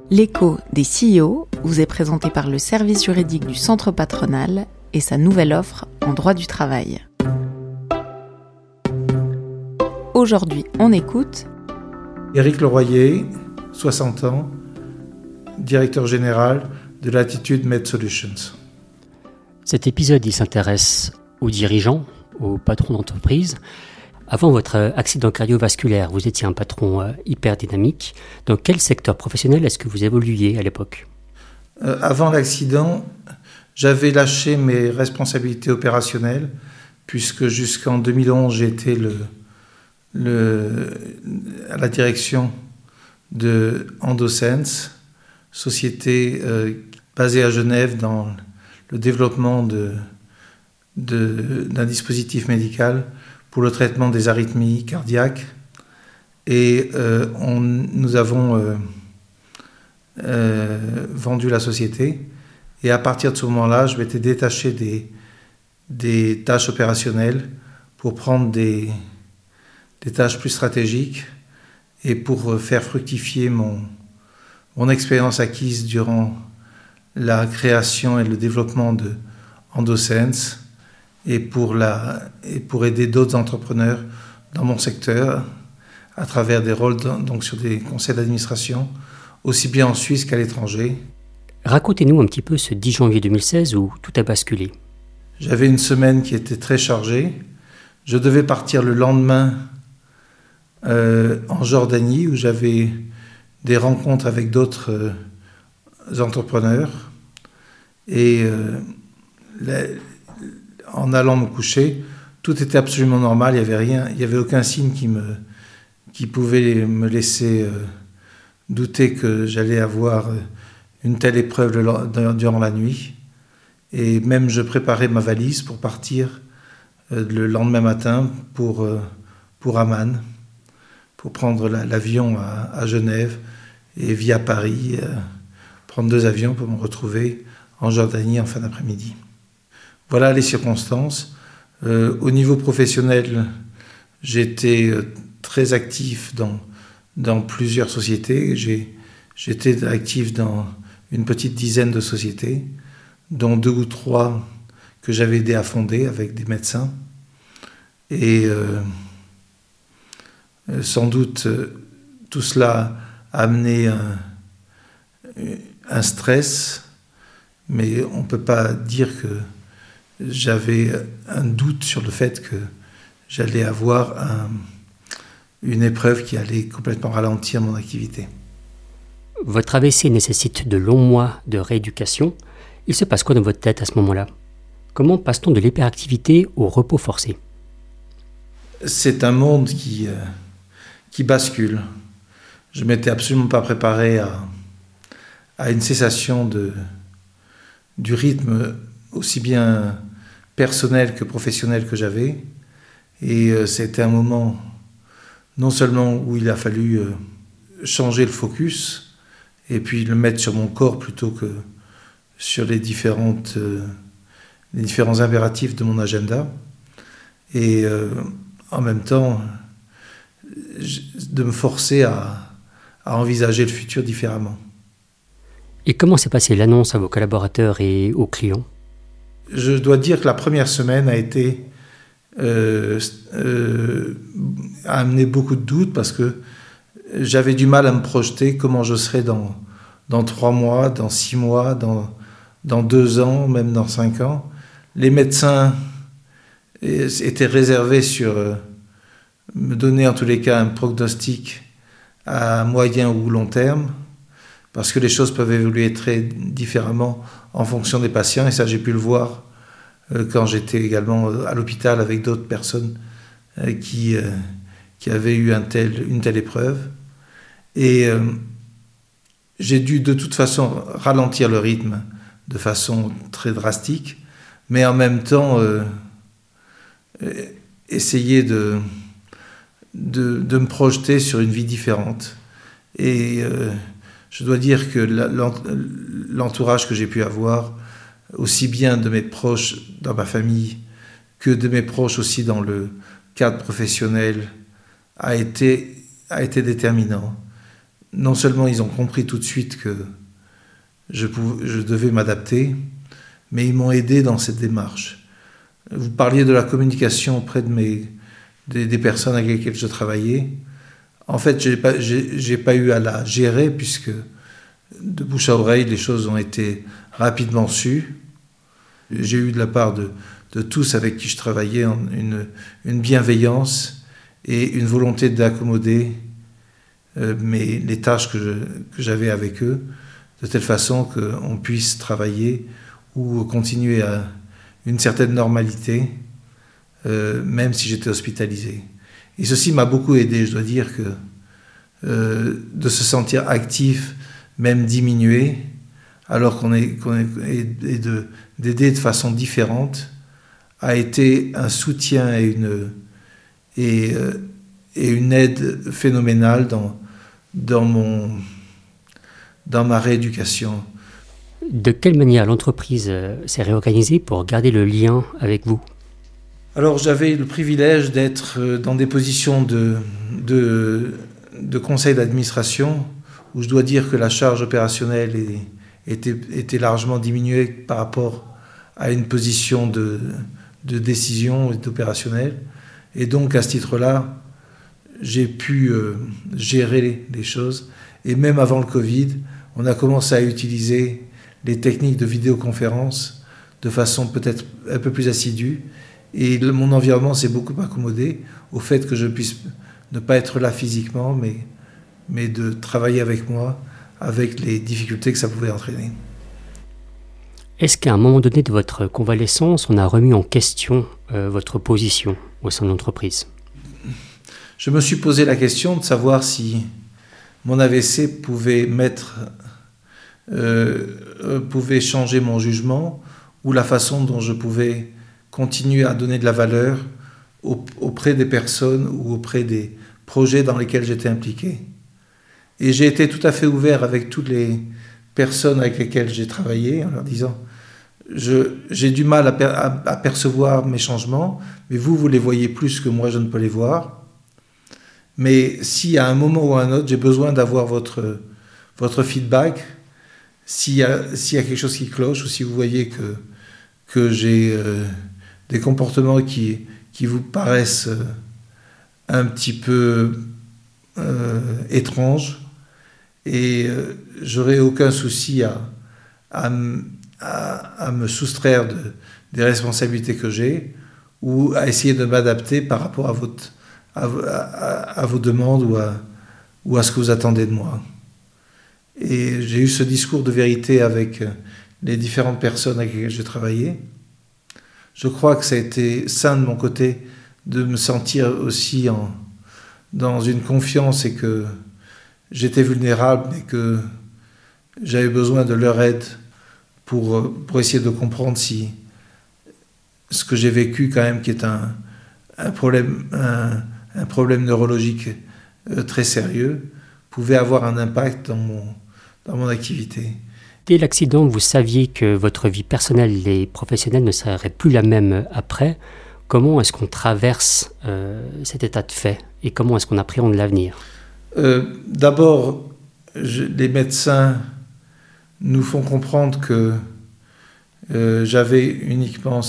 L'écho des CEO vous est présenté par le service juridique du Centre Patronal et sa nouvelle offre en droit du travail. Aujourd'hui, on écoute Éric Leroyer, 60 ans, directeur général de Latitude Med Solutions. Cet épisode, il s'intéresse aux dirigeants, aux patrons d'entreprise. Avant votre accident cardiovasculaire, vous étiez un patron hyper dynamique. Dans quel secteur professionnel est-ce que vous évoluiez à l'époque ? Avant l'accident, j'avais lâché mes responsabilités opérationnelles, puisque jusqu'en 2011, j'étais à la direction de Endosense, société basée à Genève dans le développement d'un dispositif médical pour le traitement des arythmies cardiaques. Et nous avons vendu la société. Et à partir de ce moment-là, je m'étais détaché des tâches opérationnelles pour prendre des tâches plus stratégiques et pour faire fructifier mon expérience acquise durant la création et le développement de Endosense et pour aider d'autres entrepreneurs dans mon secteur à travers des rôles donc sur des conseils d'administration, aussi bien en Suisse qu'à l'étranger. Racontez-nous un petit peu ce 10 janvier 2016 où tout a basculé. J'avais une semaine qui était très chargée. Je devais partir le lendemain en Jordanie où j'avais des rencontres avec d'autres entrepreneurs. Et en allant me coucher, tout était absolument normal, il n'y avait rien, il n'y avait aucun signe qui pouvait me laisser douter que j'allais avoir une telle épreuve durant la nuit. Et même je préparais ma valise pour partir le lendemain matin pour Amman, pour prendre l'avion à Genève et via Paris, prendre 2 avions pour me retrouver en Jordanie en fin d'après-midi. Voilà les circonstances. Au niveau professionnel, j'étais très actif dans plusieurs sociétés. J'étais actif dans une petite dizaine de sociétés, dont 2 ou 3 que j'avais aidé à fonder avec des médecins. Et sans doute, tout cela a amené un stress, mais on ne peut pas dire que j'avais un doute sur le fait que j'allais avoir une épreuve qui allait complètement ralentir mon activité. Votre AVC nécessite de longs mois de rééducation. Il se passe quoi dans votre tête à ce moment-là ? Comment passe-t-on de l'hyperactivité au repos forcé ? C'est un monde qui bascule. Je ne m'étais absolument pas préparé à une cessation du rythme aussi bien personnel que professionnel que j'avais. Et c'était un moment non seulement où il a fallu changer le focus et puis le mettre sur mon corps plutôt que sur les différents impératifs de mon agenda. Et en même temps, de me forcer à envisager le futur différemment. Et comment s'est passée l'annonce à vos collaborateurs et aux clients ? Je dois dire que la première semaine a amené beaucoup de doutes parce que j'avais du mal à me projeter comment je serais dans 3 mois, dans 6 mois, dans 2 ans, même dans 5 ans. Les médecins étaient réservés sur me donner en tous les cas un prognostic à moyen ou long terme, parce que les choses peuvent évoluer très différemment en fonction des patients, et ça j'ai pu le voir quand j'étais également à l'hôpital avec d'autres personnes qui avaient eu une telle épreuve. Et j'ai dû de toute façon ralentir le rythme de façon très drastique, mais en même temps essayer de me projeter sur une vie différente. Et je dois dire que l'entourage que j'ai pu avoir, aussi bien de mes proches dans ma famille que de mes proches aussi dans le cadre professionnel, a été déterminant. non seulement ils ont compris tout de suite que je devais m'adapter, mais ils m'ont aidé dans cette démarche. Vous parliez de la communication auprès des personnes avec lesquelles je travaillais. En fait, j'ai pas eu à la gérer, puisque de bouche à oreille, les choses ont été rapidement sues. J'ai eu de la part de tous avec qui je travaillais une bienveillance et une volonté d'accommoder les tâches que j'avais avec eux, de telle façon qu'on puisse travailler ou continuer à une certaine normalité, même si j'étais hospitalisé. Et ceci m'a beaucoup aidé, je dois dire que de se sentir actif, même diminué, alors d'aider de façon différente, a été un soutien et une aide phénoménale dans ma rééducation. De quelle manière l'entreprise s'est réorganisée pour garder le lien avec vous ? Alors j'avais le privilège d'être dans des positions de conseil d'administration, où je dois dire que la charge opérationnelle était largement diminuée par rapport à une position de décision et d'opérationnel. Et donc à ce titre-là, j'ai pu gérer les choses. Et même avant le Covid, on a commencé à utiliser les techniques de vidéoconférence de façon peut-être un peu plus assidue. Et mon environnement s'est beaucoup accommodé au fait que je puisse ne pas être là physiquement, mais de travailler avec moi, avec les difficultés que ça pouvait entraîner. Est-ce qu'à un moment donné de votre convalescence, on a remis en question votre position au sein de l'entreprise ? Je me suis posé la question de savoir si mon AVC pouvait changer mon jugement, ou la façon dont je pouvais continuer à donner de la valeur auprès des personnes ou auprès des projets dans lesquels j'étais impliqué. Et j'ai été tout à fait ouvert avec toutes les personnes avec lesquelles j'ai travaillé, en leur disant j'ai du mal à percevoir mes changements, mais vous les voyez plus que moi, je ne peux les voir. Mais si à un moment ou à un autre, j'ai besoin d'avoir votre feedback, s'il y a quelque chose qui cloche, ou si vous voyez que j'ai des comportements qui vous paraissent un petit peu étranges, et j'aurai aucun souci à me soustraire des responsabilités que j'ai, ou à essayer de m'adapter par rapport à vos demandes ou à ce que vous attendez de moi. Et j'ai eu ce discours de vérité avec les différentes personnes avec lesquelles j'ai travaillé. Je crois que ça a été sain de mon côté de me sentir aussi dans une confiance, et que j'étais vulnérable et que j'avais besoin de leur aide pour essayer de comprendre si ce que j'ai vécu quand même, qui est un problème neurologique très sérieux, pouvait avoir un impact dans mon activité. Dès l'accident, vous saviez que votre vie personnelle et professionnelle ne serait plus la même après. Comment est-ce qu'on traverse cet état de fait et comment est-ce qu'on appréhende l'avenir ? D'abord, les médecins nous font comprendre que j'avais uniquement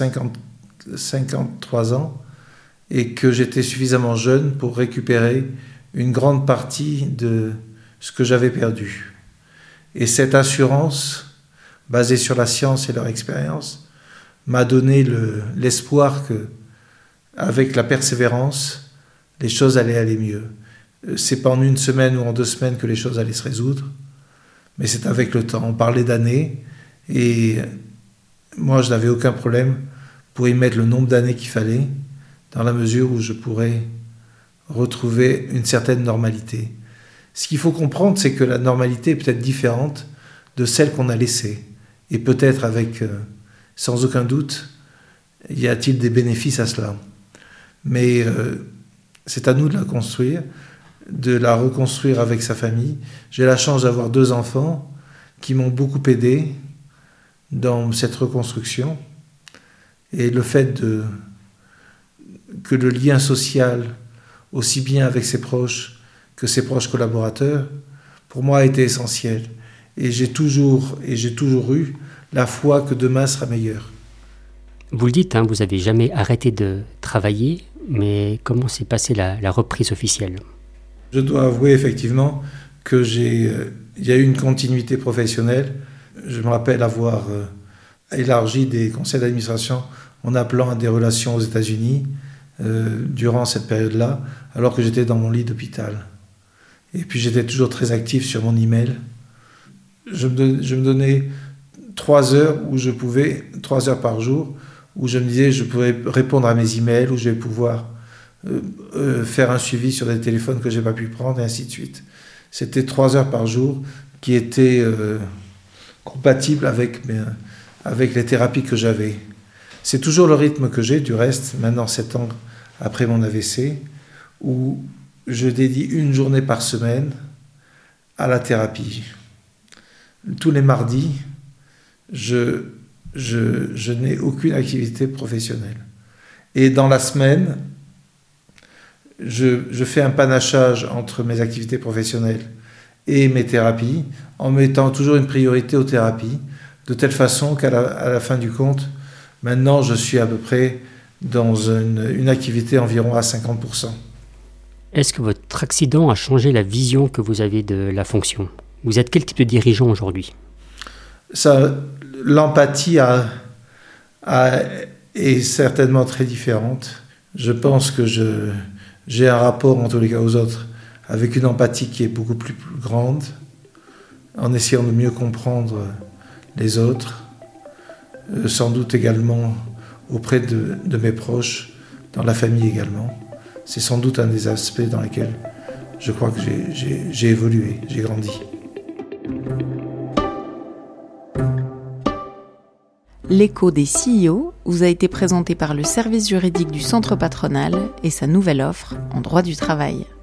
53 ans et que j'étais suffisamment jeune pour récupérer une grande partie de ce que j'avais perdu. Et cette assurance, basée sur la science et leur expérience, m'a donné l'espoir que, avec la persévérance, les choses allaient aller mieux. C'est pas en une semaine ou en 2 semaines que les choses allaient se résoudre, mais c'est avec le temps. On parlait d'années, et moi, je n'avais aucun problème pour y mettre le nombre d'années qu'il fallait, dans la mesure où je pourrais retrouver une certaine normalité. Ce qu'il faut comprendre, c'est que la normalité est peut-être différente de celle qu'on a laissée. Et peut-être sans aucun doute, y a-t-il des bénéfices à cela. Mais c'est à nous de la construire, de la reconstruire avec sa famille. J'ai la chance d'avoir 2 enfants qui m'ont beaucoup aidé dans cette reconstruction. Et le fait que le lien social, aussi bien avec ses proches que ses proches collaborateurs, pour moi, a été essentiel. Et j'ai toujours eu la foi que demain sera meilleur. Vous le dites, vous n'avez jamais arrêté de travailler, mais comment s'est passée la reprise officielle ? Je dois avouer effectivement que il y a eu une continuité professionnelle. Je me rappelle avoir élargi des conseils d'administration en appelant à des relations aux États-Unis durant cette période-là, alors que j'étais dans mon lit d'hôpital. Et puis j'étais toujours très actif sur mon email. Je me donnais 3 heures par jour, où je me disais je pouvais répondre à mes emails, où je vais pouvoir faire un suivi sur des téléphones que je n'ai pas pu prendre, et ainsi de suite. C'était 3 heures par jour qui étaient compatibles avec les thérapies que j'avais. C'est toujours le rythme que j'ai, du reste, maintenant 7 ans après mon AVC, où je dédie 1 journée par semaine à la thérapie. Tous les mardis, je n'ai aucune activité professionnelle. Et dans la semaine, je fais un panachage entre mes activités professionnelles et mes thérapies, en mettant toujours une priorité aux thérapies, de telle façon qu'à la fin du compte, maintenant je suis à peu près dans une activité environ à 50%. Est-ce que votre accident a changé la vision que vous avez de la fonction ? Vous êtes quel type de dirigeant aujourd'hui ? L'empathie est certainement très différente. Je pense que j'ai un rapport, en tous les cas aux autres, avec une empathie qui est beaucoup plus grande, en essayant de mieux comprendre les autres, sans doute également auprès de mes proches, dans la famille également. C'est sans doute un des aspects dans lesquels je crois que j'ai évolué, j'ai grandi. L'écho des CEO vous a été présenté par le service juridique du Centre patronal et sa nouvelle offre en droit du travail.